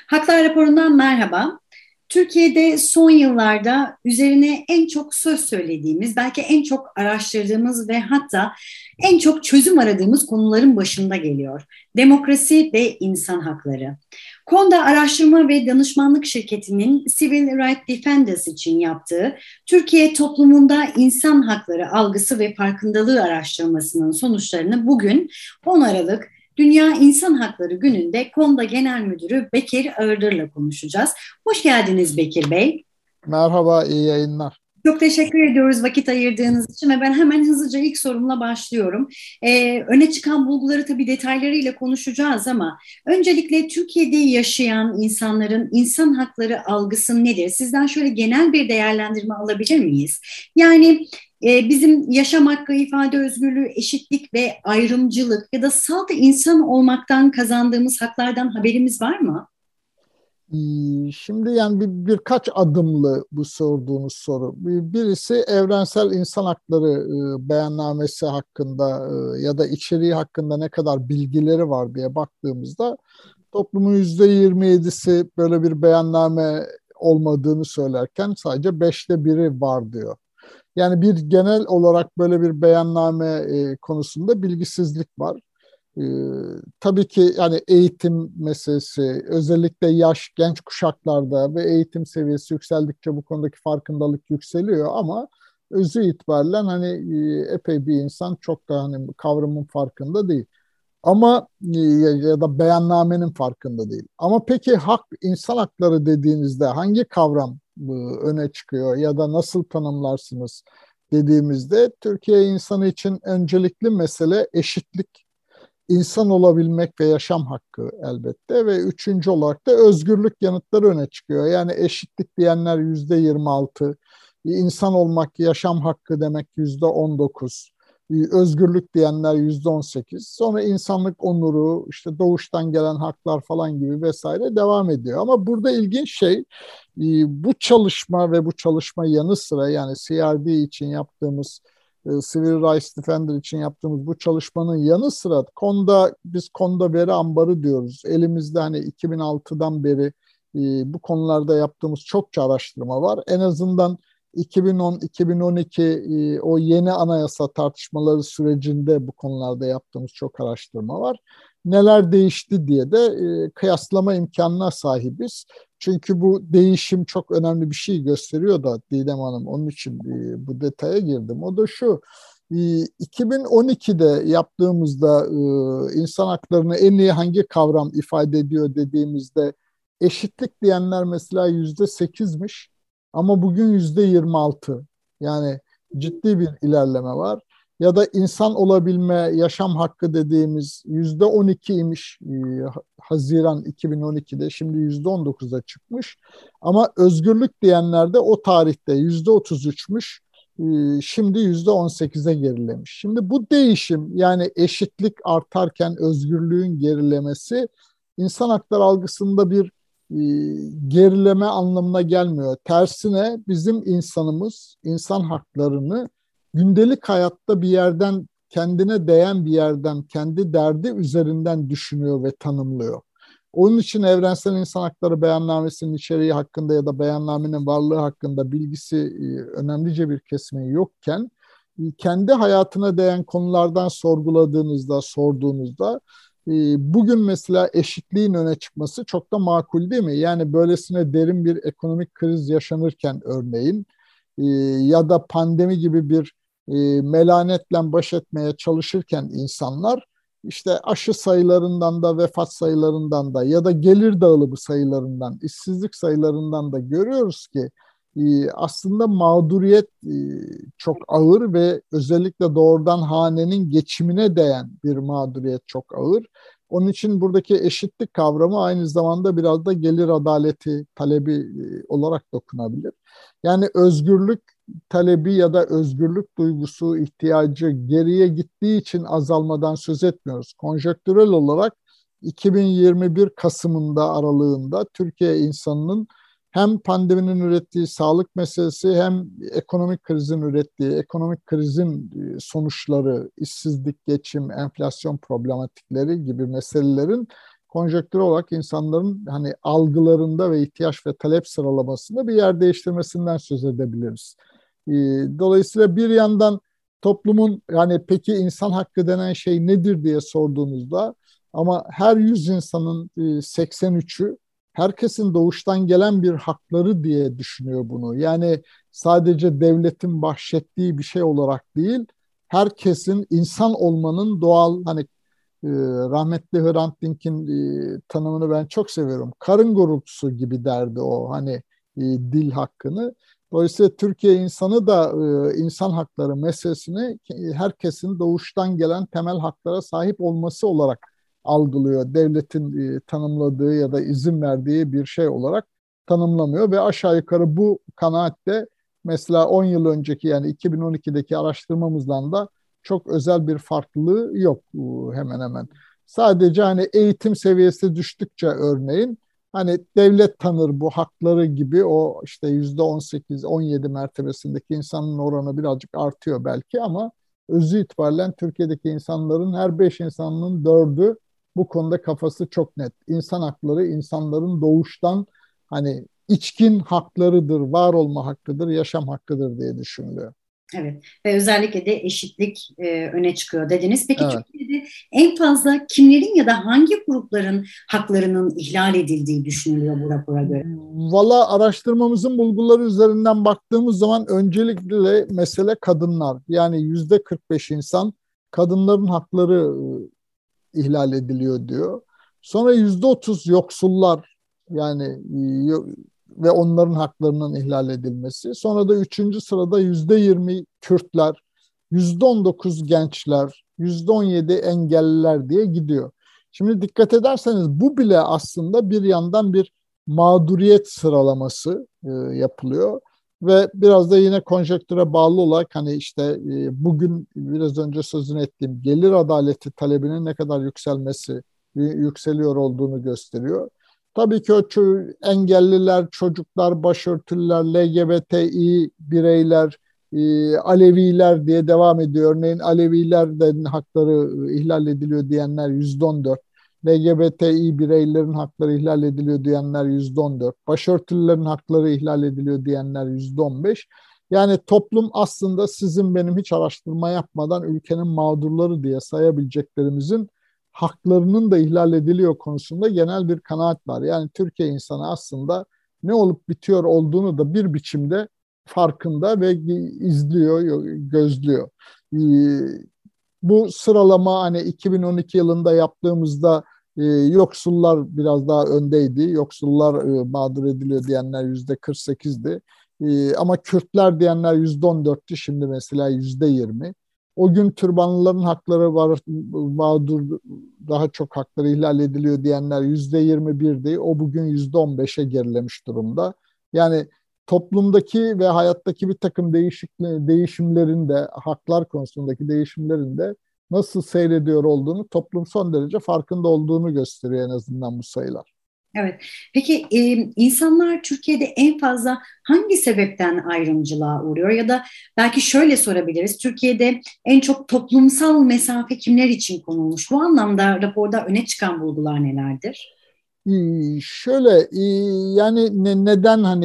Haklar raporundan merhaba. Türkiye'de son yıllarda üzerine en çok söz söylediğimiz, belki en çok araştırdığımız ve hatta en çok çözüm aradığımız konuların başında geliyor. Demokrasi ve insan hakları. Konda Araştırma ve Danışmanlık Şirketi'nin Civil Rights Defenders için yaptığı Türkiye toplumunda insan hakları algısı ve farkındalığı araştırmasının sonuçlarını bugün 10 Aralık Dünya İnsan Hakları Günü'nde KONDA Genel Müdürü Bekir Ağırdır'la konuşacağız. Hoş geldiniz Bekir Bey. Merhaba, iyi yayınlar. Çok teşekkür ediyoruz vakit ayırdığınız için ve ben hemen hızlıca ilk sorumla başlıyorum. Öne çıkan bulguları tabii detaylarıyla konuşacağız ama öncelikle Türkiye'de yaşayan insanların insan hakları algısı nedir? Sizden şöyle genel bir değerlendirme alabilir miyiz? Yani bizim yaşam hakkı, ifade özgürlüğü, eşitlik ve ayrımcılık ya da salt insan olmaktan kazandığımız haklardan haberimiz var mı? Şimdi yani birkaç adımlı bu sorduğunuz soru. Birisi evrensel insan hakları beyannamesi hakkında ya da içeriği hakkında ne kadar bilgileri var diye baktığımızda toplumun %27'si böyle bir beyanname olmadığını söylerken sadece 1/5'i var diyor. Yani bir genel olarak böyle bir beyanname konusunda bilgisizlik var. Ee, tabii ki yani eğitim meselesi, özellikle yaş, genç kuşaklarda ve eğitim seviyesi yükseldikçe bu konudaki farkındalık yükseliyor ama özü itibariyle hani epey bir insan çok da hani kavramın farkında değil. Ama ya da beyannamenin farkında değil. Ama peki insan hakları dediğinizde hangi kavram öne çıkıyor ya da nasıl tanımlarsınız dediğimizde Türkiye insanı için öncelikli mesele eşitlik, insan olabilmek ve yaşam hakkı elbette ve üçüncü olarak da özgürlük yanıtları öne çıkıyor. Yani eşitlik diyenler %26, insan olmak, yaşam hakkı demek %19, özgürlük diyenler %18. Sonra insanlık onuru, işte doğuştan gelen haklar falan gibi vesaire devam ediyor. Ama burada ilginç şey bu çalışma ve bu çalışma yanı sıra yani CRD için yaptığımız Civil Rights Defender için yaptığımız bu çalışmanın yanı sıra biz Konda veri ambarı diyoruz. Elimizde hani 2006'dan beri bu konularda yaptığımız çokça araştırma var. En azından 2010-2012 o yeni anayasa tartışmaları sürecinde bu konularda yaptığımız çok araştırma var. Neler değişti diye de kıyaslama imkanına sahibiz. Çünkü bu değişim çok önemli bir şey gösteriyor da Didem Hanım. Onun için bu detaya girdim. O da şu, 2012'de yaptığımızda insan haklarını en iyi hangi kavram ifade ediyor dediğimizde eşitlik diyenler mesela %8'miş ama bugün %26. Yani ciddi bir ilerleme var. Ya da insan olabilme, yaşam hakkı dediğimiz %12'ymiş Haziran 2012'de, şimdi %19'a çıkmış. Ama özgürlük diyenler de o tarihte %33'müş, şimdi %18'e gerilemiş. Şimdi bu değişim, yani eşitlik artarken özgürlüğün gerilemesi insan hakları algısında bir e, gerileme anlamına gelmiyor. Tersine bizim insanımız insan haklarını gündelik hayatta bir yerden, kendine değen bir yerden, kendi derdi üzerinden düşünüyor ve tanımlıyor. Onun için Evrensel İnsan Hakları Beyannamesi'nin içeriği hakkında ya da beyannamenin varlığı hakkında bilgisi önemlice bir kesimi yokken, kendi hayatına değen konulardan sorguladığınızda, sorduğunuzda bugün mesela eşitliğin öne çıkması çok da makul değil mi? Yani böylesine derin bir ekonomik kriz yaşanırken örneğin ya da pandemi gibi bir melanetle baş etmeye çalışırken insanlar işte aşı sayılarından da vefat sayılarından da ya da gelir dağılımı sayılarından, işsizlik sayılarından da görüyoruz ki aslında mağduriyet çok ağır ve özellikle doğrudan hanenin geçimine değen bir mağduriyet çok ağır. Onun için buradaki eşitlik kavramı aynı zamanda biraz da gelir adaleti talebi olarak dokunabilir. Yani özgürlük talebi ya da özgürlük duygusu, ihtiyacı geriye gittiği için azalmadan söz etmiyoruz. Konjektürel olarak 2021 Kasım'ında aralığında Türkiye insanının hem pandeminin ürettiği sağlık meselesi hem ekonomik krizin ürettiği ekonomik krizin sonuçları, işsizlik, geçim, enflasyon problematikleri gibi meselelerin konjonktür olarak insanların hani algılarında ve ihtiyaç ve talep sıralamasında bir yer değiştirmesinden söz edebiliriz. E, Dolayısıyla bir yandan toplumun yani peki insan hakkı denen şey nedir diye sorduğumuzda ama her 100 insanın 83'ü herkesin doğuştan gelen bir hakları diye düşünüyor bunu. Yani sadece devletin bahşettiği bir şey olarak değil, herkesin insan olmanın doğal hani rahmetli Hrant Dink'in tanımını ben çok seviyorum. Karın gurultusu gibi derdi o hani dil hakkını. Dolayısıyla Türkiye insanı da insan hakları meselesini herkesin doğuştan gelen temel haklara sahip olması olarak algılıyor. Devletin tanımladığı ya da izin verdiği bir şey olarak tanımlamıyor ve aşağı yukarı bu kanaatte mesela 10 yıl önceki yani 2012'deki araştırmamızdan da çok özel bir farklılığı yok hemen hemen. Sadece hani eğitim seviyesi düştükçe örneğin hani devlet tanır bu hakları gibi o işte %18-17 mertebesindeki insanın oranı birazcık artıyor belki ama özü itibaren Türkiye'deki insanların her 5 insanın 4'ü bu konuda kafası çok net. İnsan hakları insanların doğuştan hani içkin haklarıdır, var olma hakkıdır, yaşam hakkıdır diye düşünülüyor. Evet ve özellikle de eşitlik öne çıkıyor dediniz. Peki Evet. Türkiye'de en fazla kimlerin ya da hangi grupların haklarının ihlal edildiği düşünülüyor bu rapora göre? Valla araştırmamızın bulguları üzerinden baktığımız zaman öncelikle mesele kadınlar. Yani %45 insan kadınların hakları ihlal ediliyor diyor. Sonra %30 yoksullar yani ve onların haklarının ihlal edilmesi. Sonra da üçüncü sırada %20 Kürtler, %19 gençler, %17 engelliler diye gidiyor. Şimdi dikkat ederseniz bu bile aslında bir yandan bir mağduriyet sıralaması yapılıyor. Ve biraz da yine konjektüre bağlı olarak hani işte bugün biraz önce sözünü ettiğim gelir adaleti talebinin ne kadar yükseliyor olduğunu gösteriyor. Tabii ki o engelliler, çocuklar, başörtüler, LGBTİ bireyler, Aleviler diye devam ediyor. Örneğin Alevilerden hakları ihlal ediliyor diyenler %14. LGBTİ bireylerin hakları ihlal ediliyor diyenler %14. Başörtülülerin hakları ihlal ediliyor diyenler %15. Yani toplum aslında sizin benim hiç araştırma yapmadan ülkenin mağdurları diye sayabileceklerimizin haklarının da ihlal ediliyor konusunda genel bir kanaat var. Yani Türkiye insanı aslında ne olup bitiyor olduğunu da bir biçimde farkında ve izliyor, gözlüyor. Bu sıralama hani 2012 yılında yaptığımızda yoksullar biraz daha öndeydi. Yoksullar mağdur ediliyor diyenler %48'di. Ama Kürtler diyenler %14'tü. Şimdi mesela %20. O gün türbanlıların hakları var, mağdur daha çok hakları ihlal ediliyor diyenler %21'di. O bugün %15'e gerilemiş durumda. Yani toplumdaki ve hayattaki bir takım değişimlerin de haklar konusundaki değişimlerin de nasıl seyrediyor olduğunu toplum son derece farkında olduğunu gösteriyor en azından bu sayılar. Evet. Peki insanlar Türkiye'de en fazla hangi sebepten ayrımcılığa uğruyor? Ya da belki şöyle sorabiliriz. Türkiye'de en çok toplumsal mesafe kimler için konulmuş? Bu anlamda raporda öne çıkan bulgular nelerdir? Şöyle yani neden hani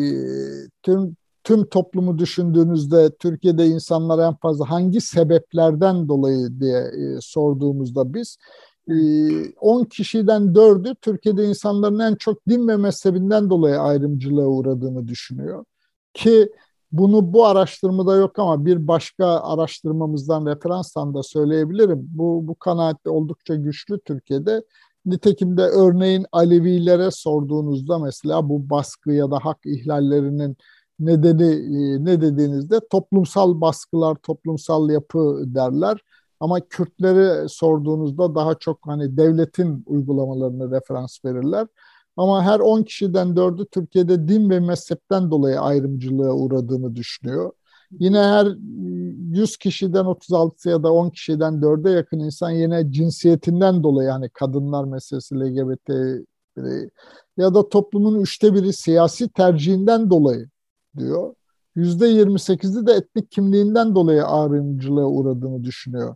tüm toplumu düşündüğünüzde Türkiye'de insanlar en fazla hangi sebeplerden dolayı diye sorduğumuzda biz 10 kişiden 4'ü Türkiye'de insanların en çok din ve mezhebinden dolayı ayrımcılığa uğradığını düşünüyor. Ki bunu bu araştırmada yok ama bir başka araştırmamızdan referanstan da söyleyebilirim. Bu kanaat oldukça güçlü Türkiye'de. Nitekim de örneğin Alevilere sorduğunuzda mesela bu baskı ya da hak ihlallerinin nedeni ne dediğinizde toplumsal baskılar, toplumsal yapı derler. Ama Kürtlere sorduğunuzda daha çok hani devletin uygulamalarını referans verirler. Ama her 10 kişiden 4'ü Türkiye'de din ve mezhepten dolayı ayrımcılığa uğradığını düşünüyor. Yine her 100 kişiden 36 ya da 10 kişiden 4'e yakın insan yine cinsiyetinden dolayı hani kadınlar meselesi, LGBT bireyi ya da toplumun 1/3'ü siyasi tercihinden dolayı diyor. %28'i de etnik kimliğinden dolayı ayrımcılığa uğradığını düşünüyor.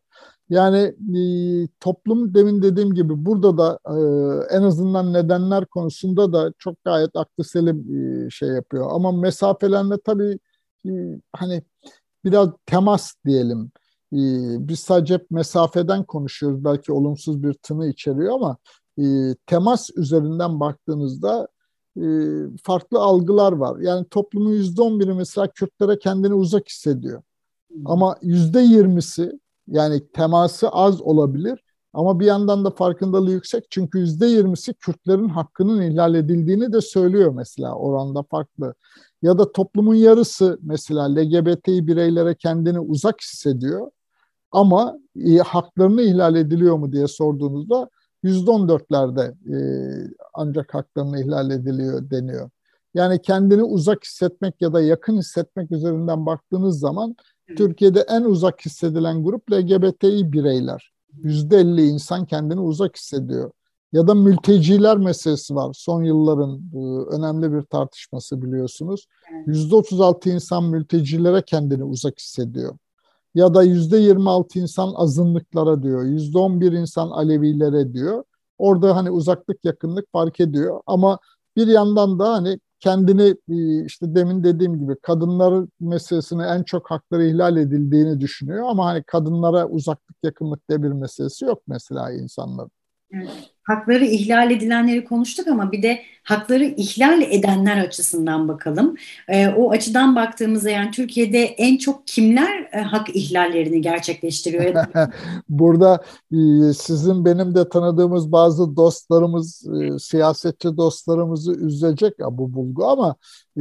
Yani toplum demin dediğim gibi burada da en azından nedenler konusunda da çok gayet aklı selim şey yapıyor. Ama mesafelenme tabii e, hani biraz temas diyelim. Biz sadece hep mesafeden konuşuyoruz. Belki olumsuz bir tını içeriyor ama temas üzerinden baktığınızda e, farklı algılar var. Yani toplumun %11'i mesela Kürtlere kendini uzak hissediyor. Ama %20'si yani teması az olabilir ama bir yandan da farkındalığı yüksek. Çünkü %20'si Kürtlerin hakkının ihlal edildiğini de söylüyor mesela oranda farklı. Ya da toplumun yarısı mesela LGBT bireylere kendini uzak hissediyor ama haklarını ihlal ediliyor mu diye sorduğunuzda %14'lerde ancak haklarını ihlal ediliyor deniyor. Yani kendini uzak hissetmek ya da yakın hissetmek üzerinden baktığınız zaman Türkiye'de en uzak hissedilen grup LGBTİ bireyler. %50 insan kendini uzak hissediyor. Ya da mülteciler meselesi var. Son yılların önemli bir tartışması biliyorsunuz. %36 insan mültecilere kendini uzak hissediyor. Ya da %26 insan azınlıklara diyor. %11 insan Alevilere diyor. Orada hani uzaklık yakınlık fark ediyor. Ama bir yandan da hani kendini işte demin dediğim gibi kadınların meselesine en çok hakları ihlal edildiğini düşünüyor. Ama hani kadınlara uzaklık yakınlık diye bir meselesi yok mesela insanların. Evet. Hakları ihlal edilenleri konuştuk ama bir de hakları ihlal edenler açısından bakalım. O açıdan baktığımızda yani Türkiye'de en çok kimler hak ihlallerini gerçekleştiriyor? Burada sizin benim de tanıdığımız bazı dostlarımız, siyasetçi dostlarımızı üzecek ya bu bulgu ama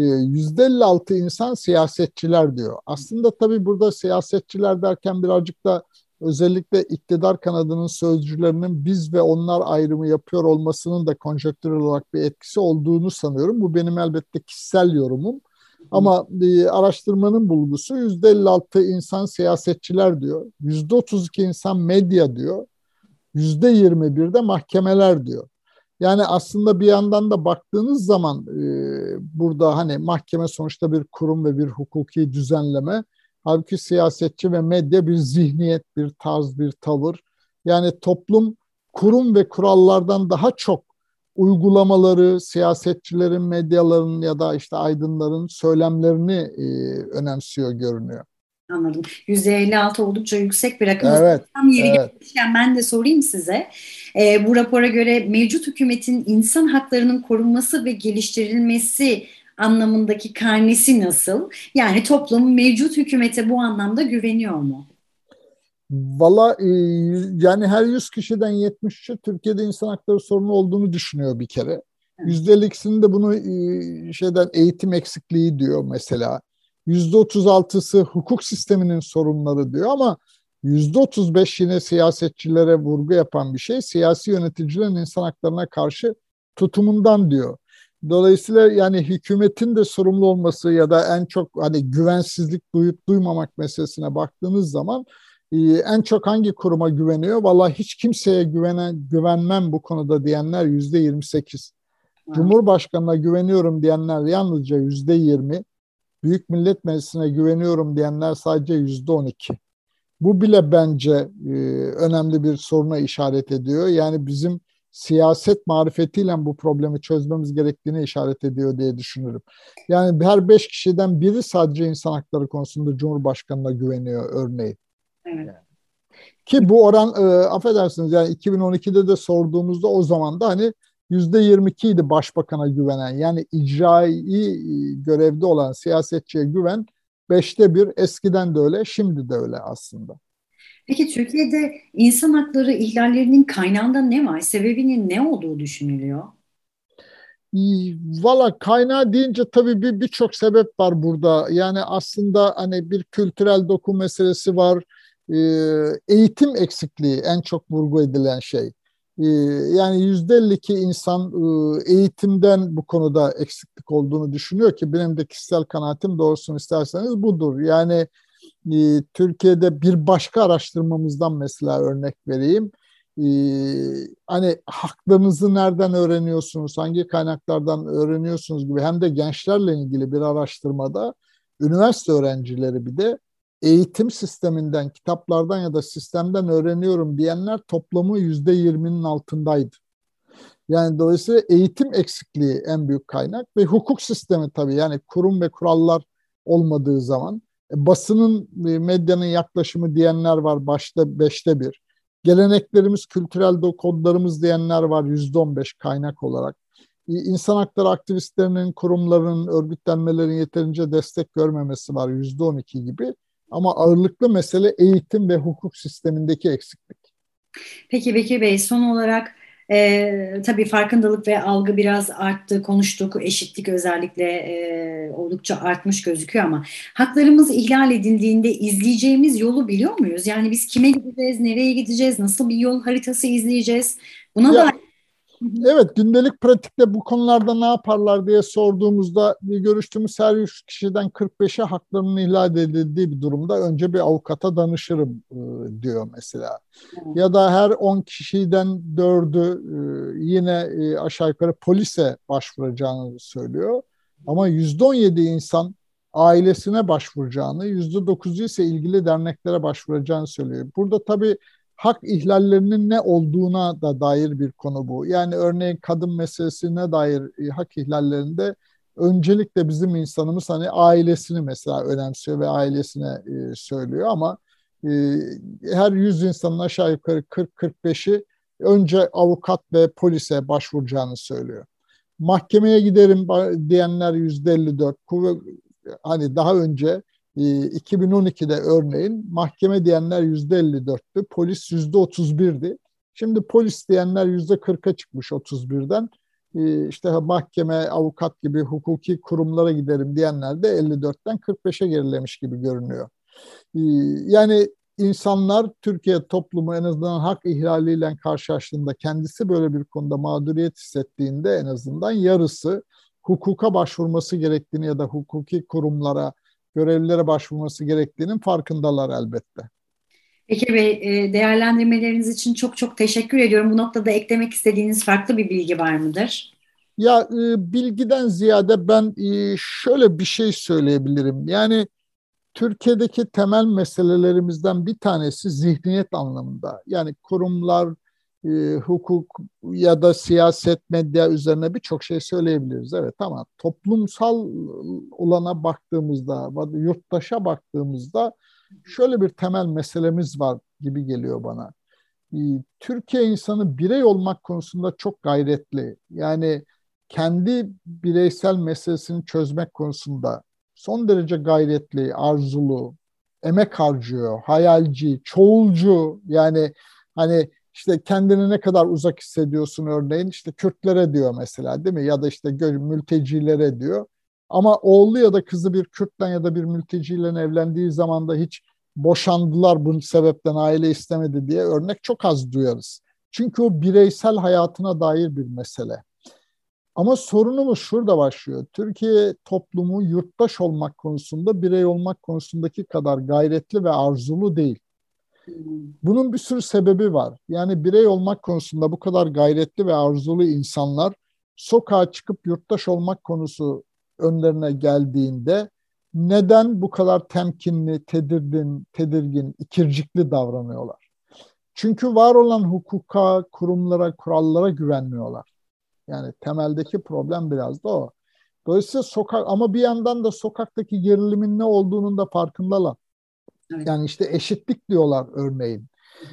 %56 insan siyasetçiler diyor. Aslında tabii burada siyasetçiler derken birazcık da özellikle iktidar kanadının sözcülerinin biz ve onlar ayrımı yapıyor olmasının da konjonktürel olarak bir etkisi olduğunu sanıyorum. Bu benim elbette kişisel yorumum. Ama araştırmanın bulgusu %56 insan siyasetçiler diyor. %32 insan medya diyor. %21 de mahkemeler diyor. Yani aslında bir yandan da baktığınız zaman burada hani mahkeme sonuçta bir kurum ve bir hukuki düzenleme. Halbuki siyasetçi ve medya bir zihniyet, bir tarz, bir tavır. Yani toplum kurum ve kurallardan daha çok uygulamaları, siyasetçilerin, medyaların ya da işte aydınların söylemlerini önemsiyor görünüyor. Anladım. %56 oldukça yüksek bir rakam. O zaman Evet, tam yeri evet. gelmişken ben de sorayım size. Bu rapora göre mevcut hükümetin insan haklarının korunması ve geliştirilmesi anlamındaki karnesi nasıl? Yani toplum mevcut hükümete bu anlamda güveniyor mu? Valla yani her 100 kişiden 73'ü Türkiye'de insan hakları sorunu olduğunu düşünüyor bir kere. Evet. %52'sinin de bunu şeyden eğitim eksikliği diyor mesela. %36'sı hukuk sisteminin sorunları diyor ama %35 yine siyasetçilere vurgu yapan bir şey. Siyasi yöneticilerin insan haklarına karşı tutumundan diyor. Dolayısıyla yani hükümetin de sorumlu olması ya da en çok hani güvensizlik duyup duymamak meselesine baktığınız zaman en çok hangi kuruma güveniyor? Vallahi hiç kimseye güvenmem bu konuda diyenler %28. Wow. Cumhurbaşkanına güveniyorum diyenler yalnızca %20. Büyük Millet Meclisi'ne güveniyorum diyenler sadece %12. Bu bile bence önemli bir soruna işaret ediyor. Yani bizim siyaset marifetiyle bu problemi çözmemiz gerektiğini işaret ediyor diye düşünürüm. Yani her 5 kişiden biri sadece insan hakları konusunda Cumhurbaşkanına güveniyor örneğin. Evet. Ki bu oran affedersiniz yani 2012'de de sorduğumuzda o zaman da hani %22 idi başbakana güvenen. Yani icrai görevde olan siyasetçiye güven 1/5. Eskiden de öyle, şimdi de öyle aslında. Peki Türkiye'de insan hakları ihlallerinin kaynağında ne var? Sebebinin ne olduğu düşünülüyor? Valla kaynağı deyince tabii birçok sebep var burada. Yani aslında hani bir kültürel doku meselesi var. Eğitim eksikliği en çok vurgu edilen şey. Yani %52 insan eğitimden bu konuda eksiklik olduğunu düşünüyor ki benim de kişisel kanaatim doğrusunu isterseniz budur. Yani Türkiye'de bir başka araştırmamızdan mesela örnek vereyim. Hani haklarınızı nereden öğreniyorsunuz, hangi kaynaklardan öğreniyorsunuz gibi hem de gençlerle ilgili bir araştırmada üniversite öğrencileri bir de eğitim sisteminden, kitaplardan ya da sistemden öğreniyorum diyenler toplamı %20'nin altındaydı. Yani dolayısıyla eğitim eksikliği en büyük kaynak ve hukuk sistemi tabii, yani kurum ve kurallar olmadığı zaman basının, medyanın yaklaşımı diyenler var başta 1/5. Geleneklerimiz, kültürel kodlarımız diyenler var %15 kaynak olarak. İnsan hakları aktivistlerinin, kurumların, örgütlenmelerin yeterince destek görmemesi var %12 gibi. Ama ağırlıklı mesele eğitim ve hukuk sistemindeki eksiklik. Peki Bekir Bey, son olarak tabii farkındalık ve algı biraz arttı, konuştuk. Eşitlik özellikle oldukça artmış gözüküyor ama haklarımız ihlal edildiğinde izleyeceğimiz yolu biliyor muyuz? Yani biz kime gideceğiz, nereye gideceğiz, nasıl bir yol haritası izleyeceğiz? Buna da... Ya evet, gündelik pratikte bu konularda ne yaparlar diye sorduğumuzda görüştüğümüz her 100 kişiden 45'e haklarının ihlal edildiği bir durumda önce bir avukata danışırım diyor mesela. Ya da her 10 kişiden 4'ü yine aşağı yukarı polise başvuracağını söylüyor. Ama %17 insan ailesine başvuracağını, %9'u ise ilgili derneklere başvuracağını söylüyor. Burada tabii hak ihlallerinin ne olduğuna da dair bir konu bu. Yani örneğin kadın meselesine dair hak ihlallerinde öncelikle bizim insanımız hani ailesini mesela önemsiyor ve ailesine söylüyor ama e, her 100 insanın aşağı yukarı 40-45'i önce avukat ve polise başvuracağını söylüyor. Mahkemeye giderim diyenler %54. Hani daha önce 2012'de örneğin mahkeme diyenler %54'tü, polis %31'di. Şimdi polis diyenler %40'a çıkmış 31'den. İşte mahkeme, avukat gibi hukuki kurumlara giderim diyenler de 54'ten 45'e gerilemiş gibi görünüyor. Yani insanlar, Türkiye toplumu en azından hak ihlaliyle karşılaştığında, kendisi böyle bir konuda mağduriyet hissettiğinde en azından yarısı hukuka başvurması gerektiğini ya da hukuki kurumlara, görevlilere başvurması gerektiğinin farkındalar elbette. Bekir Bey, değerlendirmeleriniz için çok çok teşekkür ediyorum. Bu noktada eklemek istediğiniz farklı bir bilgi var mıdır? Ya bilgiden ziyade ben şöyle bir şey söyleyebilirim. Yani Türkiye'deki temel meselelerimizden bir tanesi zihniyet anlamında. Yani kurumlar, hukuk ya da siyaset, medya üzerine birçok şey söyleyebiliriz. Evet, ama toplumsal olana baktığımızda, yurttaşa baktığımızda şöyle bir temel meselemiz var gibi geliyor bana. Türkiye insanı birey olmak konusunda çok gayretli. Yani kendi bireysel meselesini çözmek konusunda son derece gayretli, arzulu, emek harcıyor, hayalci, çoğulcu. Yani hani işte kendini ne kadar uzak hissediyorsun örneğin, işte Kürtlere diyor mesela, değil mi? Ya da işte mültecilere diyor. Ama oğlu ya da kızı bir Kürt'ten ya da bir mülteciyle evlendiği zaman da hiç boşandılar bu sebepten, aile istemedi diye örnek çok az duyarız. Çünkü o bireysel hayatına dair bir mesele. Ama sorunumuz şurada başlıyor. Türkiye toplumu yurttaş olmak konusunda, birey olmak konusundaki kadar gayretli ve arzulu değil. Bunun bir sürü sebebi var. Yani birey olmak konusunda bu kadar gayretli ve arzulu insanlar sokağa çıkıp yurttaş olmak konusu önlerine geldiğinde neden bu kadar temkinli, tedirgin, ikircikli davranıyorlar? Çünkü var olan hukuka, kurumlara, kurallara güvenmiyorlar. Yani temeldeki problem biraz da o. Dolayısıyla ama bir yandan da sokaktaki gerilimin ne olduğunun da farkındalar. Evet. Yani işte eşitlik diyorlar örneğin.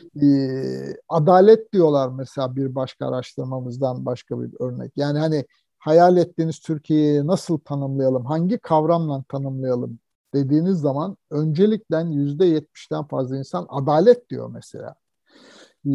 Adalet diyorlar mesela, bir başka araştırmamızdan başka bir örnek. Yani hani hayal ettiğiniz Türkiye'yi nasıl tanımlayalım, hangi kavramla tanımlayalım dediğiniz zaman öncelikle %70'den fazla insan adalet diyor mesela. Ee,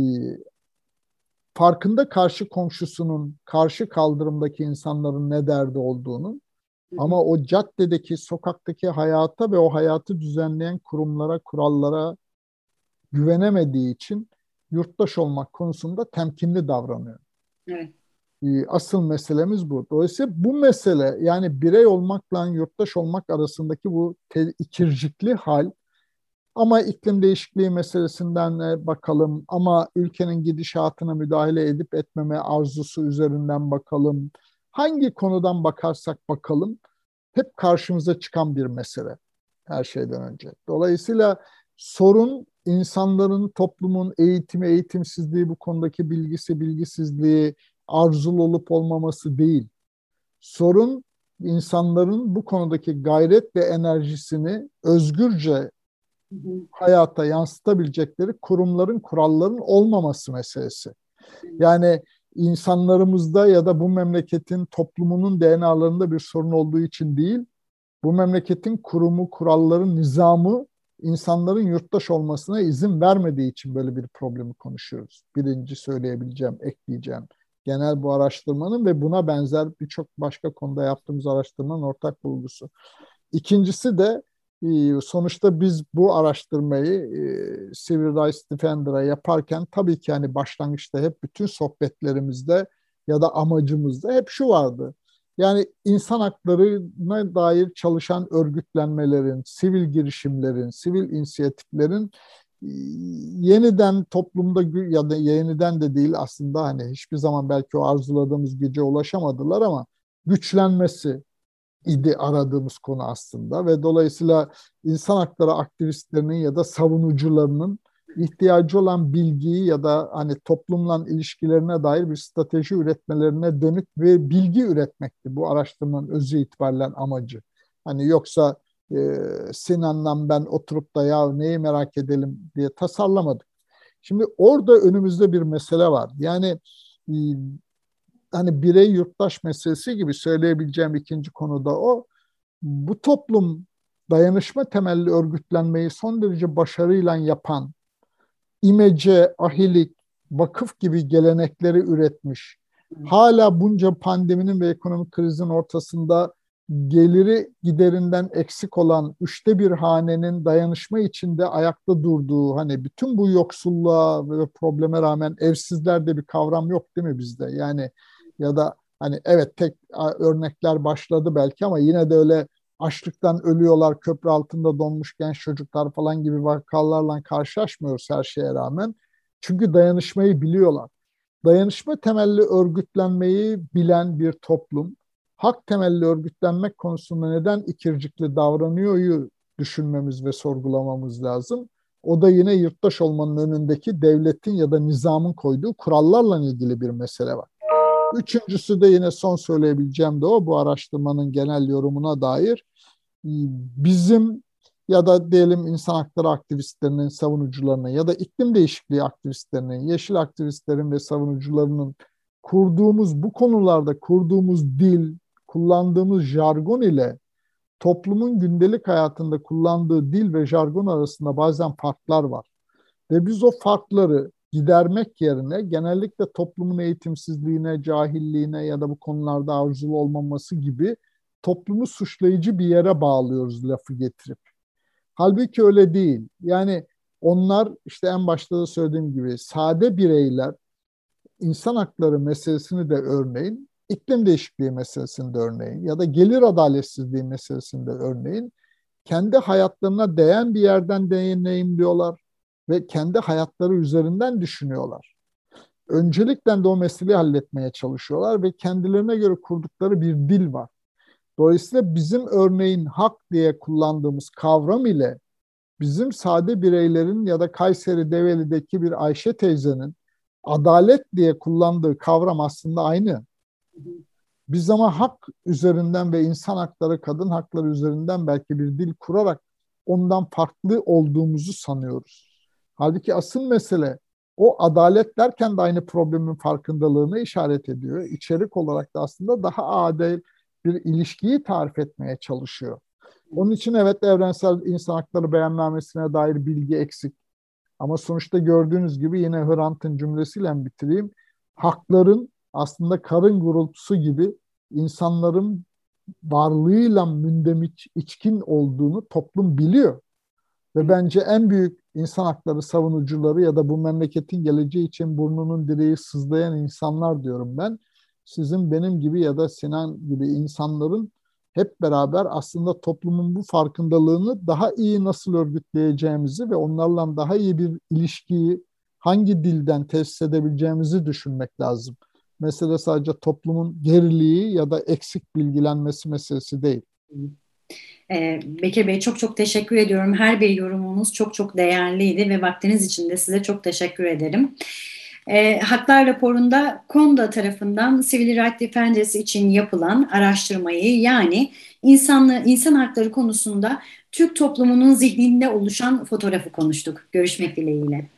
Farkında karşı komşusunun, karşı kaldırımdaki insanların ne derdi olduğunu, ama o caddedeki, sokaktaki hayata ve o hayatı düzenleyen kurumlara, kurallara güvenemediği için yurttaş olmak konusunda temkinli davranıyor. Evet. Asıl meselemiz bu. Dolayısıyla bu mesele, yani birey olmakla yurttaş olmak arasındaki bu ikircikli hal, ama iklim değişikliği meselesinden bakalım, ama ülkenin gidişatına müdahale edip etmeme arzusu üzerinden bakalım. Hangi konudan bakarsak bakalım hep karşımıza çıkan bir mesele. her şeyden önce. Dolayısıyla sorun insanların, toplumun eğitimi, eğitimsizliği, bu konudaki bilgisi, bilgisizliği, arzulu olup olmaması değil. Sorun insanların bu konudaki gayret ve enerjisini özgürce hayata yansıtabilecekleri kurumların, kuralların olmaması meselesi. Yani insanlarımızda ya da bu memleketin toplumunun DNA'larında bir sorun olduğu için değil, bu memleketin kurumu, kuralları, nizamı insanların yurttaş olmasına izin vermediği için böyle bir problemi konuşuyoruz. Birinci söyleyebileceğim, ekleyeceğim. Genel bu araştırmanın ve buna benzer birçok başka konuda yaptığımız araştırmanın ortak bulgusu. İkincisi de sonuçta biz bu araştırmayı Civil Rights Defender'a yaparken tabii ki hani başlangıçta hep bütün sohbetlerimizde ya da amacımızda hep şu vardı. Yani insan haklarına dair çalışan örgütlenmelerin, sivil girişimlerin, sivil inisiyatiflerin yeniden toplumda ya da yeniden de değil aslında hani hiçbir zaman belki o arzuladığımız güce ulaşamadılar ama güçlenmesi idi aradığımız konu aslında ve dolayısıyla insan hakları aktivistlerinin ya da savunucularının ihtiyacı olan bilgiyi ya da hani toplumla ilişkilerine dair bir strateji üretmelerine dönük ve bilgi üretmekti bu araştırmanın özü itibariyle amacı. Hani yoksa Sinan'la ben oturup da ya neyi merak edelim diye tasarlamadık. Şimdi orada önümüzde bir mesele var. Yani e, hani birey yurttaş meselesi gibi söyleyebileceğim ikinci konu da o. Bu toplum dayanışma temelli örgütlenmeyi son derece başarıyla yapan, imece, ahilik, vakıf gibi gelenekleri üretmiş, hala bunca pandeminin ve ekonomik krizin ortasında geliri giderinden eksik olan 1/3 hanenin dayanışma içinde ayakta durduğu, hani bütün bu yoksulluğa ve probleme rağmen evsizler bir kavram yok değil mi bizde? Yani ya da hani evet tek örnekler başladı belki ama yine de öyle açlıktan ölüyorlar, köprü altında donmuş genç çocuklar falan gibi vakalarla karşılaşmıyoruz her şeye rağmen. Çünkü dayanışmayı biliyorlar. Dayanışma temelli örgütlenmeyi bilen bir toplum, hak temelli örgütlenmek konusunda neden ikircikli davranıyoryu düşünmemiz ve sorgulamamız lazım. O da yine yurttaş olmanın önündeki devletin ya da nizamın koyduğu kurallarla ilgili bir mesele var. Üçüncüsü de yine son söyleyebileceğim de o, bu araştırmanın genel yorumuna dair. Bizim ya da diyelim insan hakları aktivistlerinin, savunucularının ya da iklim değişikliği aktivistlerinin, yeşil aktivistlerin ve savunucularının bu konularda kurduğumuz dil, kullandığımız jargon ile toplumun gündelik hayatında kullandığı dil ve jargon arasında bazen farklar var. Ve biz o farkları gidermek yerine genellikle toplumun eğitimsizliğine, cahilliğine ya da bu konularda arzulu olmaması gibi toplumu suçlayıcı bir yere bağlıyoruz lafı getirip. Halbuki öyle değil. Yani onlar işte en başta da söylediğim gibi sade bireyler insan hakları meselesini de örneğin, iklim değişikliği meselesini de örneğin ya da gelir adaletsizliği meselesini de örneğin kendi hayatlarına değen bir yerden deneyimliyorlar ve kendi hayatları üzerinden düşünüyorlar. Öncelikle de o meseleyi halletmeye çalışıyorlar ve kendilerine göre kurdukları bir dil var. Dolayısıyla bizim örneğin hak diye kullandığımız kavram ile bizim sade bireylerin ya da Kayseri Develi'deki bir Ayşe teyzenin adalet diye kullandığı kavram aslında aynı. Biz ama hak üzerinden ve insan hakları, kadın hakları üzerinden belki bir dil kurarak ondan farklı olduğumuzu sanıyoruz. Halbuki asıl mesele o adalet derken de aynı problemin farkındalığını işaret ediyor. İçerik olarak da aslında daha adil bir ilişkiyi tarif etmeye çalışıyor. Onun için evet evrensel insan hakları beyannamesine dair bilgi eksik. Ama sonuçta gördüğünüz gibi yine Hrant'ın cümlesiyle bitireyim. Hakların aslında karın gurultusu gibi insanların varlığıyla mündemik, içkin olduğunu toplum biliyor. Ve bence en büyük insan hakları savunucuları ya da bu memleketin geleceği için burnunun direği sızlayan insanlar diyorum ben. Sizin benim gibi ya da Sinan gibi insanların hep beraber aslında toplumun bu farkındalığını daha iyi nasıl örgütleyeceğimizi ve onlarla daha iyi bir ilişkiyi hangi dilden tesis edebileceğimizi düşünmek lazım. Mesele sadece toplumun geriliği ya da eksik bilgilenmesi meselesi değil. Bekir Bey, çok çok teşekkür ediyorum. Her bir yorumunuz çok çok değerliydi ve vaktiniz için de size çok teşekkür ederim. Haklar raporunda KONDA tarafından Civil Rights Defenders için yapılan araştırmayı, yani insan hakları konusunda Türk toplumunun zihninde oluşan fotoğrafı konuştuk. Görüşmek dileğiyle.